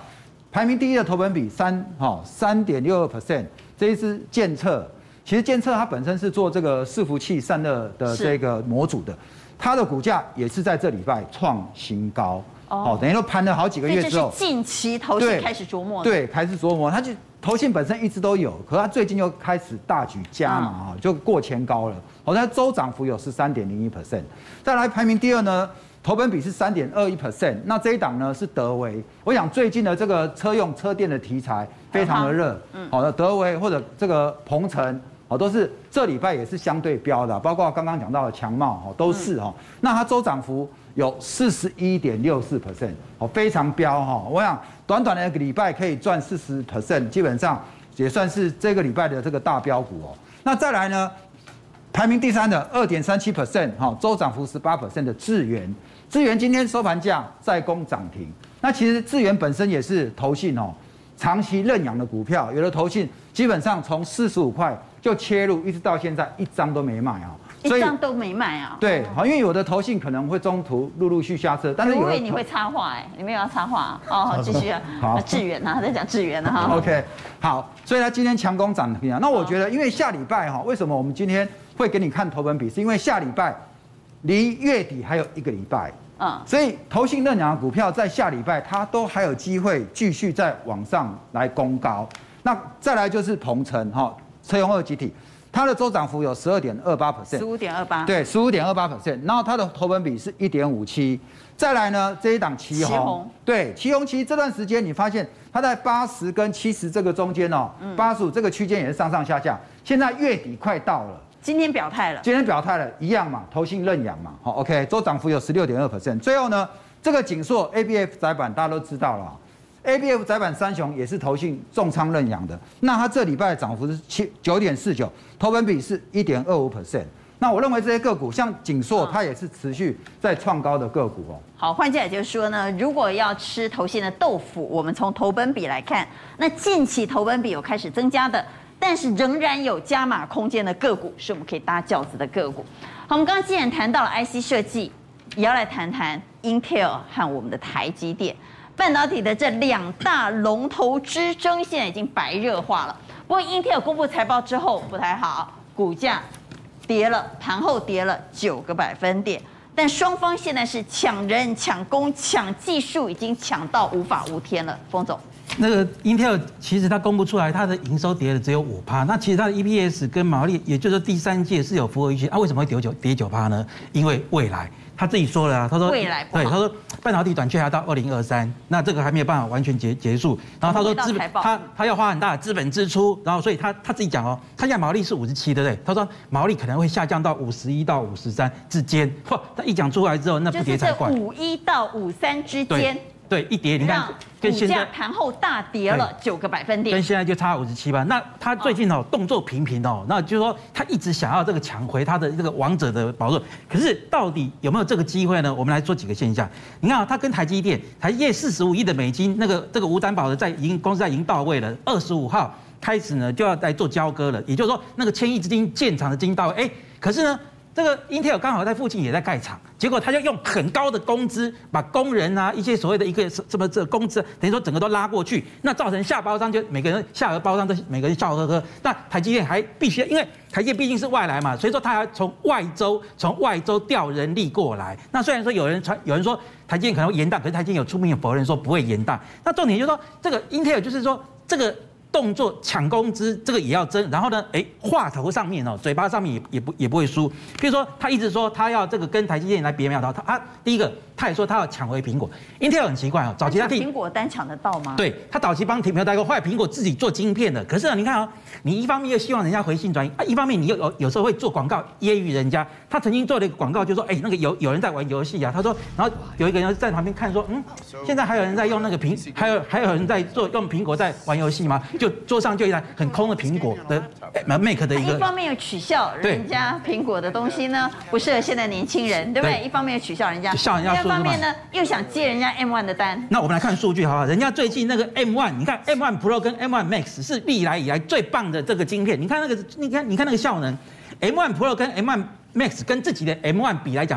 Speaker 7: 排名第一的投本比三哈三点六二 percent， 这一支健策，其实健策它本身是做这个伺服器散热的这个模组的，它的股价也是在这礼拜创新高。哦，等于说盘了好几个月之后，
Speaker 1: 这是近期投信开始琢磨的，
Speaker 7: 对，开始琢磨。它就投信本身一直都有，可它最近又开始大举加码哈，就过前高了。好，它周涨幅有十三点零一 percent。再来排名第二呢，投本比是三点二一 percent。那这一档呢是德微，我想最近的这个车用车电的题材非常的热，嗯，好的德微或者这个鹏程。哦，都是这礼拜也是相对标的，包括刚刚讲到的强茂，哦，都是哦。那它周涨幅有四十一点六四 percent， 哦，非常标哈。我想短短的一个礼拜可以赚四十 percent， 基本上也算是这个礼拜的这个大标股哦。那再来呢，排名第三的二点三七 percent， 哈，周涨幅十八 percent 的智原，智原今天收盘价再攻涨停。那其实智原本身也是投信哦，长期认养的股票，有的投信基本上从四十五块。就切入，一直到现在一张都没卖啊，
Speaker 1: 一张都没卖啊。
Speaker 7: 对，好，因为有的投信可能会中途陆陆续下车，但是
Speaker 1: 我以为你会插话哎，你没有要插话啊？哦，好，继续啊。
Speaker 7: 好，
Speaker 1: 智原啊，在讲智原啊哈。
Speaker 7: OK， 好，所以他今天强攻涨停啊。那我觉得，因为下礼拜哈，为什么我们今天会给你看投本比？是因为下礼拜离月底还有一个礼拜。嗯，所以投信认养的股票在下礼拜它都还有机会继续再往上来攻高。那再来就是鹏程哈。车用二极体，它的周涨幅有十二点二八 percent，
Speaker 1: 十五点二八，
Speaker 7: 对，十五点二八 percent。然后它的投本比是一点五七。再来呢，这一档旗宏，对，旗宏其实这段时间你发现它在八十跟七十这个中间哦，八十五这个区间也是上上下下。现在月底快到了，
Speaker 1: 今天表态了，
Speaker 7: 今天表态了，一样嘛，投信认养嘛，好 ，OK， 周涨幅有十六点二 percent。最后呢，这个景硕 A B F 载板大家都知道了。A B F 载板三雄也是投信重仓认养的，那它这礼拜的涨幅是七九点四九，投本比是一点二五 percent。那我认为这些个股，像景硕，它也是持续在创高的个股哦。
Speaker 1: 好，换句话就是说呢，如果要吃投信的豆腐，我们从投本比来看，那近期投本比有开始增加的，但是仍然有加码空间的个股，是我们可以搭轿子的个股。好，我们刚刚既然谈到了 I C 设计，也要来谈谈 Intel 和我们的台积电。半导体的这两大龙头之争，现在已经白热化了。不过 Intel 公布财报之后不太好，股价跌了，盘后跌了九个百分点。但双方现在是抢人、抢攻、抢技术，已经抢到无法无天了。封总，
Speaker 5: 那个 Intel 其实它公布出来，它的营收跌了只有五趴，那其实它的 E P S 跟毛利，也就是说第三季是有符合预期啊。为什么会跌九跌九趴呢？因为未来。他自己说了啊，他说
Speaker 1: 未来
Speaker 5: 对，他说半导体短缺还要到二零二三，那这个还没有办法完全结结束。然后他说资本，他他要花很大的资本支出，然后所以他他自己讲哦，他现在毛利是五十七，对不对？他说毛利可能会下降到五十一到五十三之间。嚯，他一讲出来之后，那不跌才怪。
Speaker 1: 五一到五三之间。
Speaker 5: 对，一跌你看，
Speaker 1: 跟现在盘后大跌了九个百分点，
Speaker 5: 跟现在就差五十七吧。那他最近哦动作频频哦，那就是说他一直想要这个抢回他的这个王者的宝座。可是到底有没有这个机会呢？我们来说几个现象。你看啊，他跟台积电，台积电四十五亿的美金，那个这个无担保的在已经公司在已经到位了，二十五号开始呢就要来做交割了，也就是说那个千亿资金建厂的资金到位，哎，可是呢。这个 Intel 刚好在附近也在盖厂，结果他就用很高的工资把工人啊一些所谓的一个什么这工资，等于说整个都拉过去，那造成下包商就每个人下游包商都每个人笑呵呵。那台积电还必须因为台积电毕竟是外来嘛，所以说他还要从外州从外州调人力过来。那虽然说有人传有人说台积电可能会延宕，可是台积电有出面否认说不会延宕。那重点就是说这个 Intel 就是说这个。动作抢工资，这个也要争。然后呢，哎，话头上面哦，嘴巴上面也也不也不会输。比如说，他一直说他要这个跟台积电来比秒刀，他他第一个他也说他要抢回苹果。Intel 很奇怪哦，早期他
Speaker 1: 苹果单抢得到吗？
Speaker 5: 对，他早期帮苹果代工，后来苹果自己做晶片的。可是呢，你看哦，你一方面又希望人家回心转意啊，一方面你又有有时候会做广告揶揄人家。他曾经做了一个广告，就说哎，那个有有人在玩游戏啊，他说，然后有一个人在旁边看说，嗯，现在还有人在用那个苹，还有还有人在做用苹果在玩游戏吗？就桌上就一台很空的苹果的 Mac 的一个。
Speaker 1: 一方面有取笑人家苹果的东西呢，不适合现在年轻人，对不对？一方面有取笑人家，
Speaker 5: 笑人家。
Speaker 1: 另一方面呢，又想接人家 M 一 的单。
Speaker 5: 那我们来看数据好不好？人家最近那个 M 一，你看 M 一 Pro 跟 M 一 Max 是历来以来最棒的这个晶片。你看那个，你看你看那个效能 ，M 一 Pro 跟 M 一 Max 跟自己的 M 一 比来讲的话，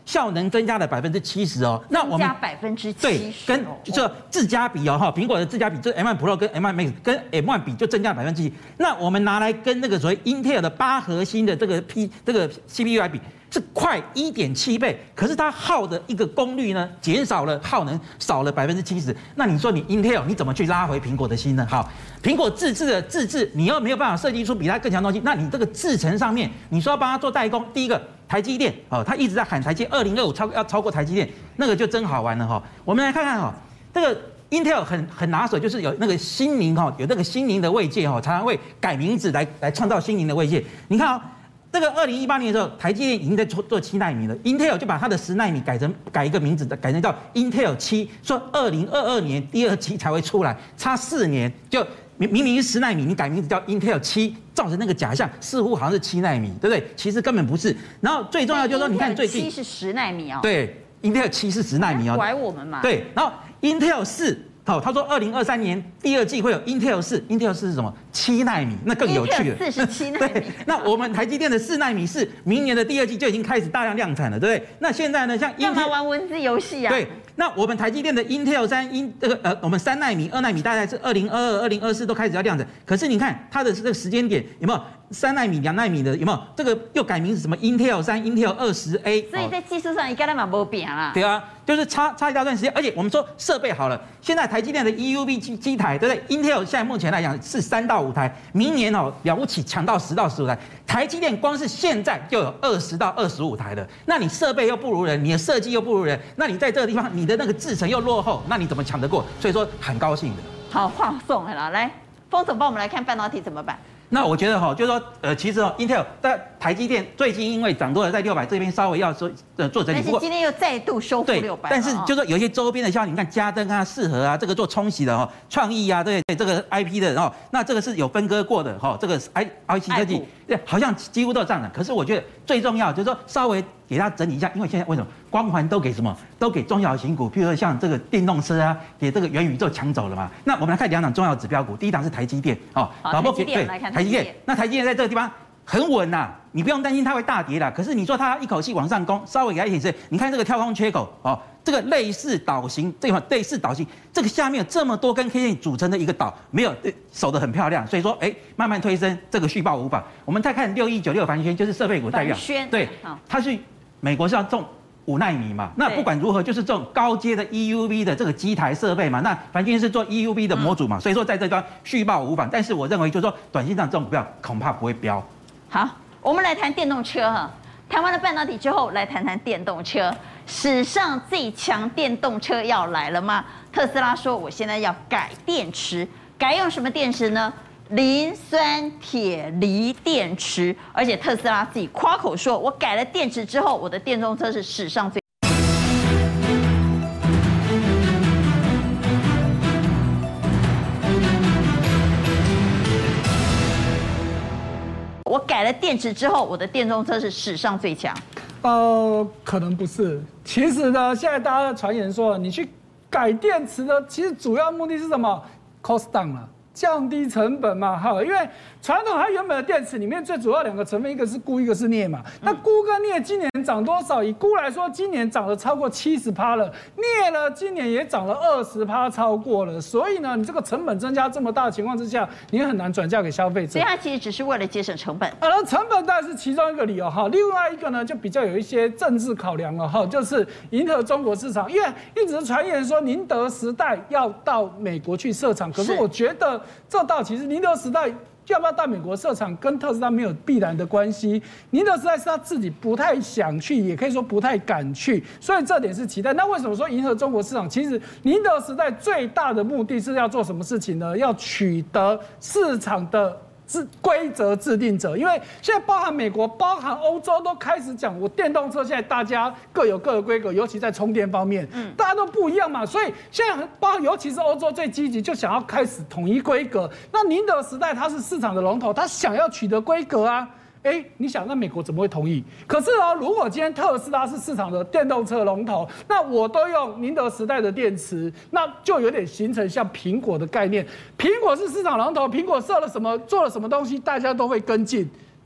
Speaker 5: 效能增加了百分之七十哦。
Speaker 1: 那我们加百分之七十，
Speaker 5: 跟这自家比哦哈，苹果的自家比，这 M 一 Pro 跟 M 一 Max 跟 M 一 比就增加了百分之七。那我们拿来跟那个所谓 Intel 的八核心的这个 P 这个 C P U 来比，是快一点七倍，可是它耗的一个功率呢，减少了耗能少了百分之七十。那你说你 Intel 你怎么去拉回苹果的心呢？好，苹果自制的自制，你又没有办法设计出比它更强的东西，那你这个制程上面，你说要帮它做代工，第一个。台积电哦，他一直在喊台积二零二五超要超过台积电，那个就真好玩了哈。我们来看看哈，这个 Intel 很很拿手，就是有那个心灵哈，有那个心灵的慰藉哈，常常会改名字来来创造心灵的慰藉。你看哦，这个二零一八年的时候，台积电已经在做做七奈米了 ，Intel 就把它的十奈米改成改一个名字，改成叫 Intel 七，说二零二二年第二期才会出来，差四年就。明明明是十奈米，你改名字叫 Intel 七，造成那个假象，似乎好像是七奈米，对不对？其实根本不是。然后最重要就是说，你看最近
Speaker 1: 七是十奈米哦，
Speaker 5: 对 ，Intel 七是十奈米哦，
Speaker 1: 拐我们嘛。
Speaker 5: 对，然后 Intel 四，好，他说二零二三年第二季会有 Intel 四 ，Intel 四是什么？七奈米，那更有趣了。
Speaker 1: 四是七奈米。
Speaker 5: 那我们台积电的四奈米是明年的第二季就已经开始大量量产了，对不对？那现在呢，像
Speaker 1: Intel 干嘛玩文字游戏啊？
Speaker 5: 对。那我们台积电的 Intel 三 In 这个呃，我们三奈米、二奈米大概是二零二二、二零二四都开始要量产。可是你看它的这个时间点有没有三奈米、两奈米的有没有？这个又改名字什么 Intel 三、Intel 二十 A。
Speaker 1: 所以在技术上，你跟他们没变啦。
Speaker 5: 对啊，就是差差一大段时间。而且我们说设备好了，现在台积电的 E U V 机机台，对不对 ？Intel 现在目前来讲是三到五台，明年哦了不起强到十到十五台。台积电光是现在就有二十到二十五台了。那你设备又不如人，你的设计又不如人，那你在这个地方你的那个制程又落后，那你怎么抢得过？所以说很高兴的。
Speaker 1: 好，话送了啦，来，峰总帮我们来看半导体怎么办。
Speaker 5: 那我觉得哈，就是说，呃，其实哦 ，Intel 在台积电最近因为涨多了，在六百这边稍微要说呃做整理，
Speaker 1: 但是今天又再度收复六百。
Speaker 5: 但是就是说有一些周边的消息，你看嘉登啊、适合啊，这个做冲洗的哈，创意啊，对对，这个 I P 的哈，那这个是有分割过的哈，这个 I I C 科技，对，好像几乎都涨了。可是我觉得最重要就是说稍微给它整理一下，因为现在为什么光环都给什么？都给中小型股，譬如说像这个电动车啊，给这个元宇宙抢走了嘛。那我们来看两档重要指标股，第一档是台积电哦，
Speaker 1: 好，台积电来看台积电，
Speaker 5: 那台积电在这个地方很稳呐、啊，你不用担心它会大跌啦。可是你说它一口气往上攻，稍微给它一点时间，你看这个跳空缺口哦，这个类似岛型，这个类似岛型，这个下面有这么多根 K 线组成的一个岛，没有守得很漂亮，所以说哎，慢慢推升，这个续报无法。我们再看六一九六凡轩，就是设备股代表，对，它是美国是要种五奈米嘛，那不管如何，就是这种高阶的 E U V 的这个机台设备嘛，那凡轩是做 E U V 的模组嘛，嗯、所以说在这地方续报无妨。但是我认为就是说，短线上这种股票恐怕不会飙。
Speaker 1: 好，我们来谈电动车哈，谈完了半导体之后，来谈谈电动车。史上最强电动车要来了吗？特斯拉说，我现在要改电池，改用什么电池呢？磷酸铁锂电池，而且特斯拉自己夸口说，我改了电池之后，我的电动车是史上最。我改了电池之后，我的电动车是史上最强。
Speaker 6: 呃，可能不是。其实呢，现在大家的传言说，你去改电池呢，其实主要目的是什么 ？cost down 了。降低成本嘛，哈，因为传统它原本的电池里面最主要两个成分，一个是钴，一个是镍嘛。那钴跟镍今年涨多少？以钴来说，今年涨了超过七十趴了，镍呢今年也涨了二十趴，超过了。所以呢，你这个成本增加这么大的情况之下，你很难转嫁给消费者。
Speaker 1: 所以它其实只是为了节省成本。
Speaker 6: 而成本当然是其中一个理由哈，另外一个呢就比较有一些政治考量了哈，就是迎合中国市场，因为一直传言说宁德时代要到美国去设厂，可是我觉得。这道其实宁德时代要不要到美国设厂，跟特斯拉没有必然的关系。宁德时代是他自己不太想去，也可以说不太敢去，所以这点是期待。那为什么说迎合中国市场？其实宁德时代最大的目的是要做什么事情呢？要取得市场的制规则制定者，因为现在包含美国、包含欧洲都开始讲，我电动车现在大家各有各的规格，尤其在充电方面，嗯，大家都不一样嘛，所以现在包含尤其是欧洲最积极，就想要开始统一规格。那宁德时代它是市场的龙头，它想要取得规格啊。哎，你想，那美国怎么会同意？可是哦，如果今天特斯拉是市场的电动车龙头，那我都用宁德时代的电池，那就有点形成像苹果的概念。苹果是市场龙头，苹果设了什么，做了什么东西，大家都会跟进。那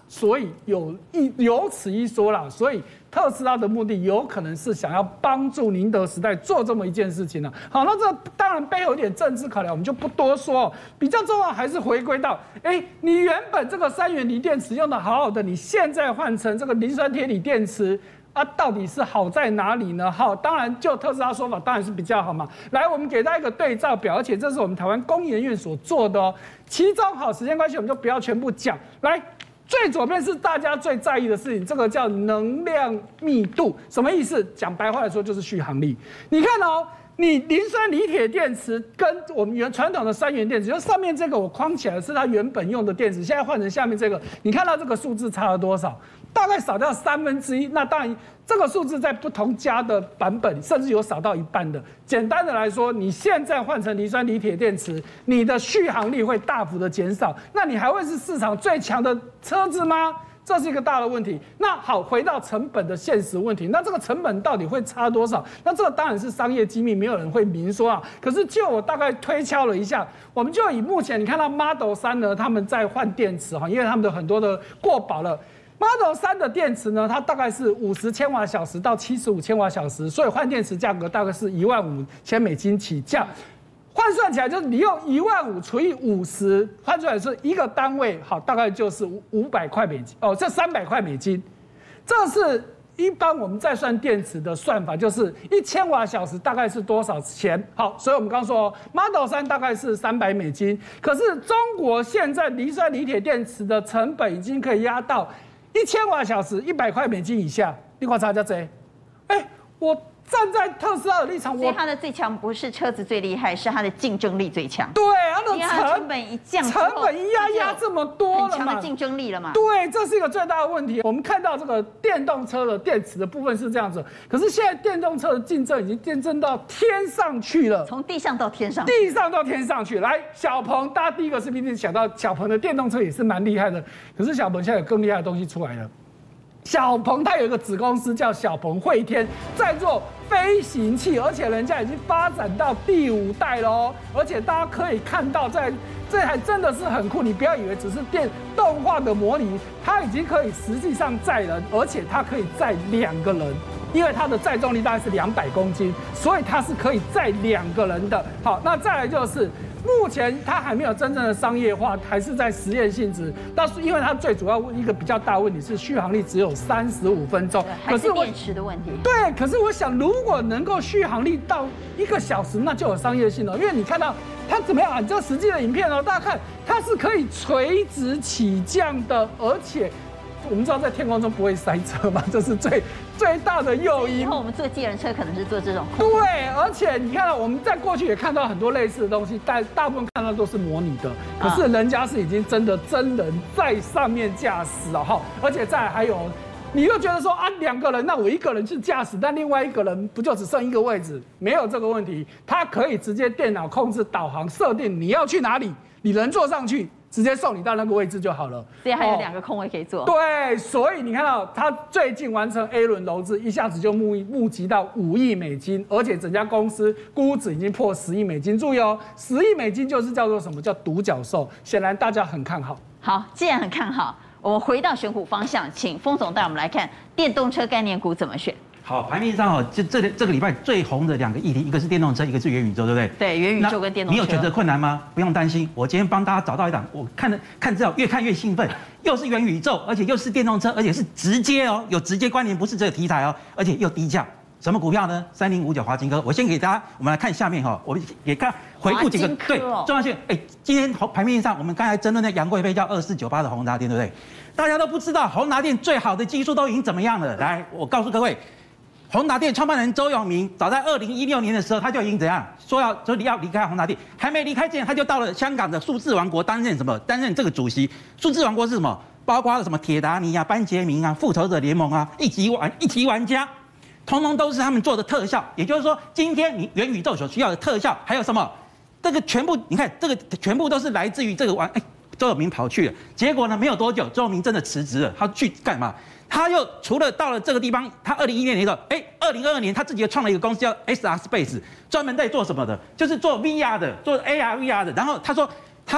Speaker 6: 所以有一有此一说啦，所以特斯拉的目的有可能是想要帮助宁德时代做这么一件事情呢。好，那这当然背后有点政治考量，我们就不多说。比较重要还是回归到，哎，你原本这个三元锂电池用的好好的，你现在换成这个磷酸铁锂电池。啊，到底是好在哪里呢？好，当然就特斯拉说法，当然是比较好嘛。来，我们给大家一个对照表，而且这是我们台湾工研院所做的哦。其中好，时间关系我们就不要全部讲。来，最左边是大家最在意的事情，这个叫能量密度，什么意思？讲白话来说就是续航力。你看哦。你磷酸锂铁电池跟我们原传统的三元电池，就上面这个我框起来是它原本用的电池，现在换成下面这个，你看到这个数字差了多少？大概少掉三分之一。那当然，这个数字在不同家的版本，甚至有少到一半的。简单的来说，你现在换成磷酸锂铁电池，你的续航力会大幅的减少，那你还会是市场最强的车子吗？这是一个大的问题。那好，回到成本的现实问题，那这个成本到底会差多少？那这个当然是商业机密，没有人会明说啊。可是就我大概推敲了一下，我们就以目前你看到 Model 三呢，他们在换电池哈，因为他们的很多的过保了。Model 三的电池呢，它大概是五十千瓦小时到七十五千瓦小时，所以换电池价格大概是一万五千美金起价。换算起来就是你用一万五除以五十，换出来是一个单位，好，大概就是五百块美金哦，这三百块美金，这是一般我们在算电池的算法，就是一千瓦小时大概是多少钱？好，所以我们刚刚说 Model 三大概是三百美金，可是中国现在磷酸锂铁电池的成本已经可以压到一千瓦小时一百块美金以下，你观察一下这，哎，我。站在特斯拉的立场，
Speaker 1: 所以它的最强不是车子最厉害，是它的竞争力最强。
Speaker 6: 对，它的成
Speaker 1: 成本一降，
Speaker 6: 成本一压压这么多了嘛，
Speaker 1: 很强的竞争力了嘛。
Speaker 6: 对，这是一个最大的问题。我们看到这个电动车的电池的部分是这样子，可是现在电动车的竞争已经竞争到天上去了，
Speaker 1: 从地上到天上，
Speaker 6: 地上到天上去。来，小鹏，大家第一个是不是想到小鹏的电动车也是蛮厉害的？可是小鹏现在有更厉害的东西出来了。小鹏它有一个子公司叫小鹏汇天，在做飞行器，而且人家已经发展到第五代了哦。而且大家可以看到在，这还真的是很酷。你不要以为只是电动画的模拟，它已经可以实际上载人，而且它可以载两个人，因为它的载重力大概是两百公斤，所以它是可以载两个人的。好，那再来就是。目前它还没有真正的商业化，还是在实验性质。但是因为它最主要一个比较大的问题是续航力只有三十五分钟，
Speaker 1: 还是电池的问题。
Speaker 6: 对，可是我想如果能够续航力到一个小时，那就有商业性了。因为你看到它怎么样啊？这实际的影片哦，大家看它是可以垂直起降的，而且。我们知道在天空中不会塞车嘛，这是最最大的诱因。
Speaker 1: 以后我们坐计程车可能是坐这种。
Speaker 6: 对，而且你看到我们在过去也看到很多类似的东西，但大部分看到都是模拟的，可是人家是已经真的真人在上面驾驶了哈，而且再还有。你又觉得说啊，两个人，那我一个人去驾驶，但另外一个人不就只剩一个位置？没有这个问题，它可以直接电脑控制导航设定你要去哪里，你人坐上去。直接送你到那个位置就好了，
Speaker 1: 所以还有两个空位可以坐。
Speaker 6: 对，所以你看到他最近完成 A 轮融资，一下子就募募集到五亿美金，而且整家公司估值已经破十亿美金。注意哦，十亿美金就是叫做什么叫独角兽，显然大家很看好。
Speaker 1: 好，既然很看好，我们回到选股方向，请封总带我们来看电动车概念股怎么选。
Speaker 5: 好，盘面上哦，就这这个礼拜最红的两个议题，一个是电动车，一个是元宇宙，对不对？
Speaker 1: 对，元宇宙跟电动车。
Speaker 5: 你有选择困难吗？不用担心，我今天帮大家找到一档，我看的看资料越看越兴奋，又是元宇宙，而且又是电动车，而且是直接哦，有直接关联，不是这个题材哦，而且又低价。什么股票呢？三零五九华金科。我先给大家，我们来看下面哈，我们给看回顾几个对重要性。哎，今天盘面上我们刚才争论的杨贵妃叫二四九八的宏达电，对不对？大家都不知道宏达电最好的技术都已经怎么样了。来，我告诉各位。宏达电创办人周永明，早在二零一六年的时候，他就已经怎样说要就要离开宏达电，还没离开之前，他就到了香港的数字王国担任什么？担任这个主席。数字王国是什么？包括了什么铁达尼啊、班杰明啊、复仇者联盟啊、一级玩一级玩家，通通都是他们做的特效。也就是说，今天你元宇宙所需要的特效，还有什么？这个全部你看，这个全部都是来自于这个玩。哎，周永明跑去了，结果呢，没有多久，周永明真的辞职了，他去干嘛？他又除了到了这个地方，他二零一六年的时候，哎，二零二二年他自己又创了一个公司叫 S R Space， 专门在做什么的？就是做 V R 的，做 A R V R 的。然后他说他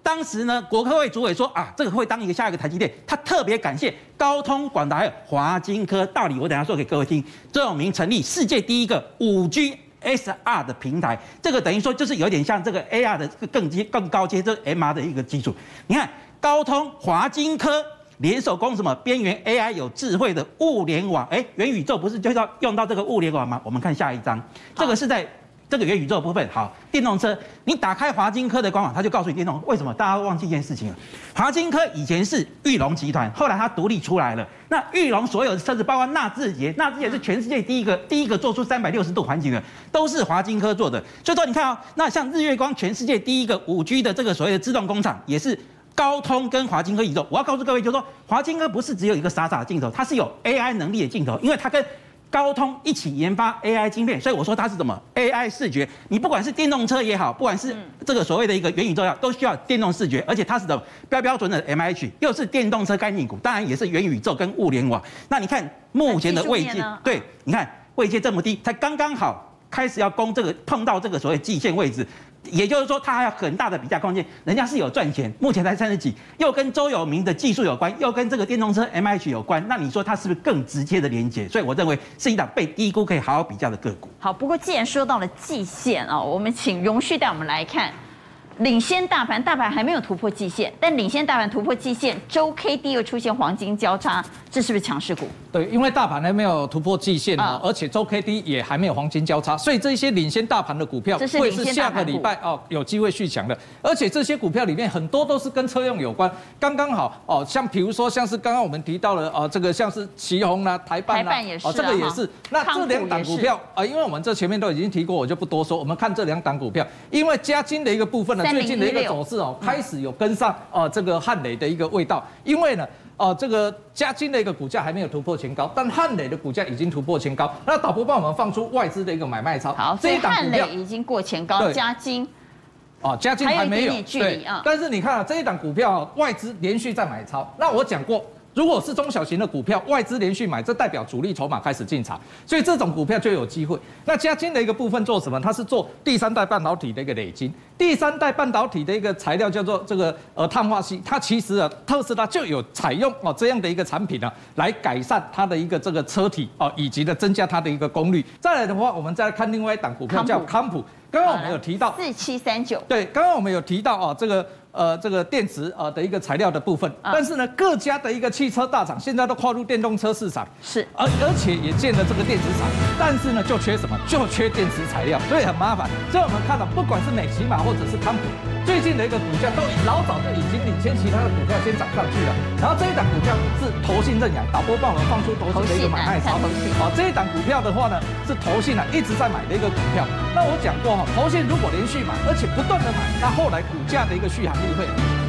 Speaker 5: 当时呢，国科会主委说啊，这个会当一个下一个台积电，他特别感谢高通、广达还有华金科。道理我等一下说给各位听。周永明成立世界第一个五 G S R 的平台，这个等于说就是有点像这个 A R 的更阶更高阶，这 M R 的一个基础。你看高通、华金科联手攻什么边缘 A I 有智慧的物联网，哎，元宇宙不是就要用到这个物联网吗？我们看下一张，这个是在。这个元宇宙的部分，好，电动车，你打开华金科的官网，他就告诉你电动为什么大家忘记一件事情了。华金科以前是裕隆集团，后来它独立出来了。那裕隆所有的车子，包括纳智捷，纳智捷是全世界第一个第一个做出三百六十度环景的，都是华金科做的。所以说你看哦，那像日月光，全世界第一个五 G 的这个所谓的自动工厂，也是高通跟华金科宇宙。我要告诉各位，就是说华金科不是只有一个傻傻的镜头，它是有 A I 能力的镜头，因为它跟高通一起研发 A I 晶片，所以我说它是什么 A I 视觉。你不管是电动车也好，不管是这个所谓的一个元宇宙也好，都需要电动视觉，而且它是的标标准的 M H， 又是电动车概念股，当然也是元宇宙跟物联网。那你看目前的位阶，对，你看位阶这么低，才刚刚好开始要攻这个碰到这个所谓季线位置。也就是说，它还有很大的比价空间，人家是有赚钱，目前才三十几，又跟周永明的技术有关，又跟这个电动车 M H 有关，那你说它是不是更直接的连结？所以我认为是一档被低估可以好好比较的个股。
Speaker 1: 好，不过既然说到了季线啊，我们请荣旭带我们来看。领先大盘，大盘还没有突破季线，但领先大盘突破季线，周 K D 又出现黄金交叉，这是不是强势股？
Speaker 3: 对，因为大盘还没有突破季线啊，而且周 K D 也还没有黄金交叉，所以这些领先大盘的股票会是下个礼拜哦有机会续强的。而且这些股票里面很多都是跟车用有关，刚刚好哦，像比如说像是刚刚我们提到了哦，这个像是奇鋐啦、台半啦，哦这个也是。那这两档股票啊，因为我们这前面都已经提过，我就不多说。我们看这两档股票，因为嘉金的一个部分呢。最近的一个走势哦，开始有跟上哦这个汉磊的一个味道，因为呢，哦这个嘉金的一个股价还没有突破前高，但汉磊的股价已经突破前高。那导播帮我们放出外资的一个买卖超，
Speaker 1: 好，这一档汉磊已经过前高，嘉金
Speaker 3: 哦嘉金还没有，
Speaker 1: 对啊。
Speaker 3: 但是你看啊，这一档股票外资连续在买超，那我讲过。如果是中小型的股票，外资连续买，这代表主力筹码开始进场，所以这种股票就有机会。那嘉金的一个部分做什么？它是做第三代半导体的一个累晶。第三代半导体的一个材料叫做这个呃碳化矽，它其实啊特斯拉就有采用哦这样的一个产品呢、啊，来改善它的一个这个车体哦，以及呢增加它的一个功率。再来的话，我们再来看另外一档股票叫康普。刚刚我们有提到
Speaker 1: 四七三九，
Speaker 3: 对，刚刚我们有提到哦这个。呃，这个电池呃的一个材料的部分，但是呢，各家的一个汽车大厂现在都跨入电动车市场，
Speaker 1: 是，
Speaker 3: 而而且也建了这个电池厂，但是呢，就缺什么？就缺电池材料，所以很麻烦。所以我们看到，不管是美骑马或者是康普，最近的一个股价都老早就已经领先其他的股票先涨上去了。然后这一档股票是投信认养，导播帮我们放出投信的一个买卖超，哦，这一档股票的话呢，是投信啊一直在买的一个股票。那我讲过哈，投信如果连续买，而且不断的买，那后来股价的一个续航力会很